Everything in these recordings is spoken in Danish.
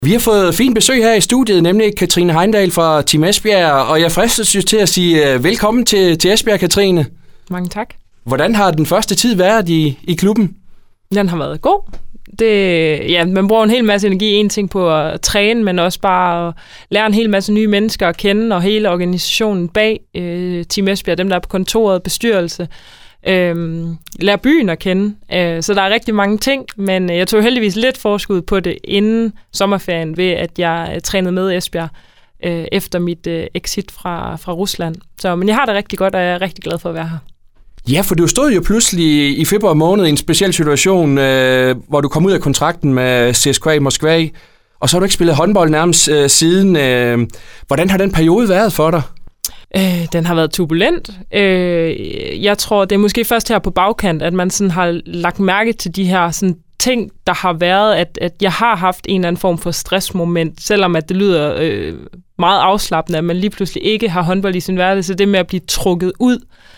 Vi har fået fint besøg her i studiet, nemlig Katrine Heindal fra Team Esbjerg, og jeg fristes jo til at sige velkommen til Esbjerg, Katrine. Mange tak. Hvordan har den første tid været i klubben? Den har været god. Man bruger en hel masse energi, en ting på at træne, men også bare at lære en hel masse nye mennesker at kende, og hele organisationen bag Team Esbjerg, dem der er på kontoret, bestyrelse, lære byen at kende. Så der er rigtig mange ting, men jeg tog heldigvis lidt forskud på det inden sommerferien ved, at jeg trænede med Esbjerg efter mit exit fra Rusland. Men jeg har det rigtig godt, og jeg er rigtig glad for at være her. Ja, for du stod jo pludselig i februar måned i en speciel situation, hvor du kom ud af kontrakten med CSKA Moskva, og så har du ikke spillet håndbold nærmest siden. Hvordan har den periode været for dig? Den har været turbulent. Jeg tror, det er måske først her på bagkant, at man sådan har lagt mærke til de her sådan ting, der har været, at jeg har haft en eller anden form for stressmoment, selvom at det lyder meget afslappende, at man lige pludselig ikke har håndbold i sin hverdag, så det med at blive trukket ud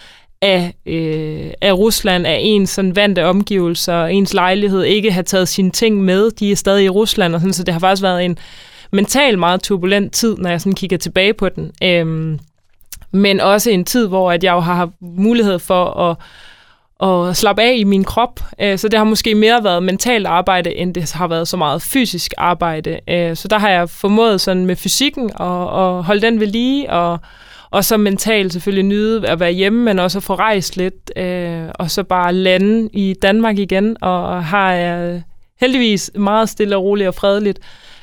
af Rusland, af ens sådan vante omgivelser, ens lejlighed, ikke have taget sine ting med, de er stadig i Rusland, og sådan, så det har faktisk været en mentalt meget turbulent tid, når jeg sådan kigger tilbage på den. Men også en tid, hvor at jeg jo har haft mulighed for at slappe af i min krop, så det har måske mere været mentalt arbejde, end det har været så meget fysisk arbejde. Så der har jeg formået sådan med fysikken at holde den ved lige, og så mentalt selvfølgelig nyde at være hjemme, men også at få rejst lidt, og så bare lande i Danmark igen, og har jeg heldigvis meget stille og roligt og fredeligt.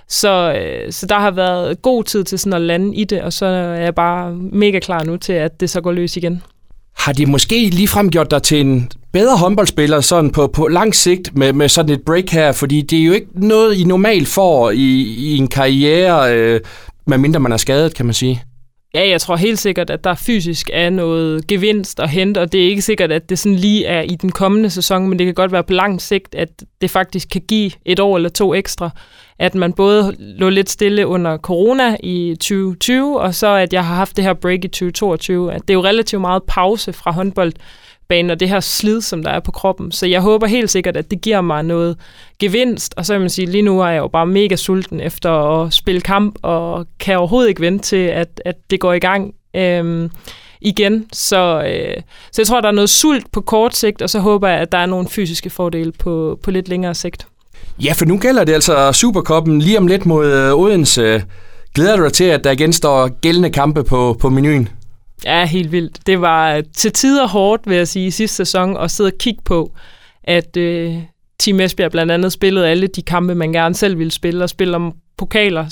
Så der har været god tid til sådan at lande i det, og så er jeg bare mega klar nu til, at det så går løs igen. Har de måske ligefrem gjort dig til en bedre håndboldspiller sådan på lang sigt med sådan et break her? Fordi det er jo ikke noget, I normalt får i en karriere, medmindre man er skadet, kan man sige. Ja, jeg tror helt sikkert, at der fysisk er noget gevinst at hente, og det er ikke sikkert, at det sådan lige er i den kommende sæson, men det kan godt være på lang sigt, at det faktisk kan give 1 år eller 2 ekstra. At man både lå lidt stille under corona i 2020, og så at jeg har haft det her break i 2022. At det er jo relativt meget pause fra håndboldbanen, og det her slid, som der er på kroppen. Så jeg håber helt sikkert, at det giver mig noget gevinst, og så vil man sige, lige nu er jeg jo bare mega sulten efter at spille kamp, og kan overhovedet ikke vente til, at det går i gang igen. Så jeg tror, der er noget sult på kort sigt, og så håber jeg, at der er nogle fysiske fordele på lidt længere sigt. Ja, for nu gælder det altså Supercuppen lige om lidt mod Odense. Glæder du dig til, at der igen står gældende kampe på menuen? Ja, helt vildt. Det var til tider hårdt, vil jeg sige, i sidste sæson at sidde og kigge på, at Team Esbjerg blandt andet spillede alle de kampe, man gerne selv ville spille, og spille om pokaler,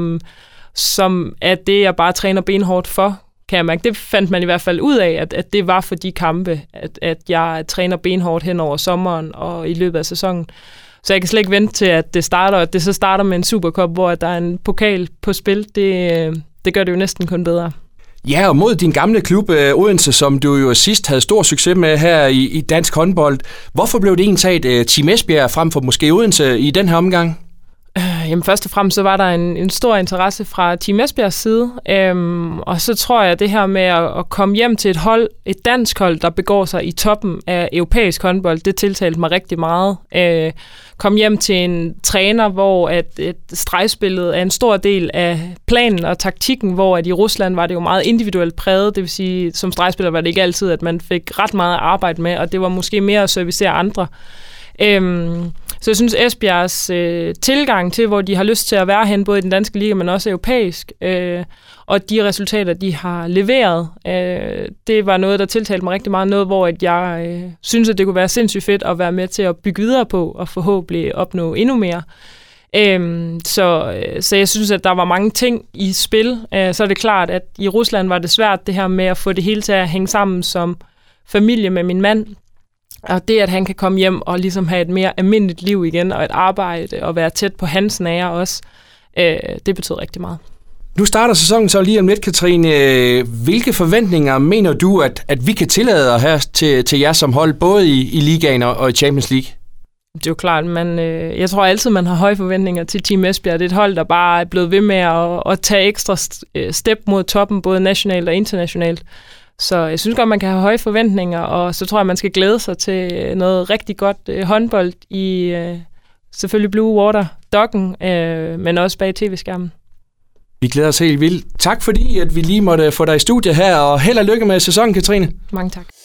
som er det, jeg bare træner benhårdt for, kan jeg mærke. Det fandt man i hvert fald ud af, at det var for de kampe, at jeg træner benhårdt hen over sommeren og i løbet af sæsonen. Så jeg kan slet ikke vente til, at det starter, og at det så starter med en Supercup, hvor der er en pokal på spil. Det gør det jo næsten kun bedre. Ja, og mod din gamle klub Odense, som du jo sidst havde stor succes med her i dansk håndbold. Hvorfor blev det egentlig Team Esbjerg frem for måske Odense i den her omgang? Jamen først og fremmest så var der en stor interesse fra Team Esbjergs side, og så tror jeg, at det her med at komme hjem til et dansk hold, der begår sig i toppen af europæisk håndbold, det tiltalte mig rigtig meget. Kom hjem til en træner, hvor et stregspillet er en stor del af planen og taktikken, hvor at i Rusland var det jo meget individuelt præget, det vil sige, som stregspiller var det ikke altid, at man fik ret meget at arbejde med, og det var måske mere at servicere andre. Så jeg synes, Esbjergs tilgang til, hvor de har lyst til at være hen, både i den danske liga, men også europæisk, og de resultater, de har leveret, det var noget, der tiltalte mig rigtig meget. Noget, hvor at jeg synes, at det kunne være sindssygt fedt at være med til at bygge videre på, og forhåbentlig opnå endnu mere. Så jeg synes, at der var mange ting i spil. Så er det klart, at i Rusland var det svært, det her med at få det hele til at hænge sammen som familie med min mand. Og det, at han kan komme hjem og ligesom have et mere almindeligt liv igen, og et arbejde, og være tæt på hans nære også, det betyder rigtig meget. Nu starter sæsonen så lige om lidt, Katrine. Hvilke forventninger mener du, at vi kan tillade her til jer som hold, både i ligaen og i Champions League? Det er jo klart, jeg tror altid, man har høje forventninger til Team Esbjerg. Det er et hold, der bare er blevet ved med at tage ekstra step mod toppen, både nationalt og internationalt. Så jeg synes godt, man kan have høje forventninger, og så tror jeg, man skal glæde sig til noget rigtig godt håndbold selvfølgelig Blue Water Dokken, men også bag tv-skærmen. Vi glæder os helt vildt. Tak fordi, at vi lige måtte få dig i studiet her, og held og lykke med sæsonen, Katrine. Mange tak.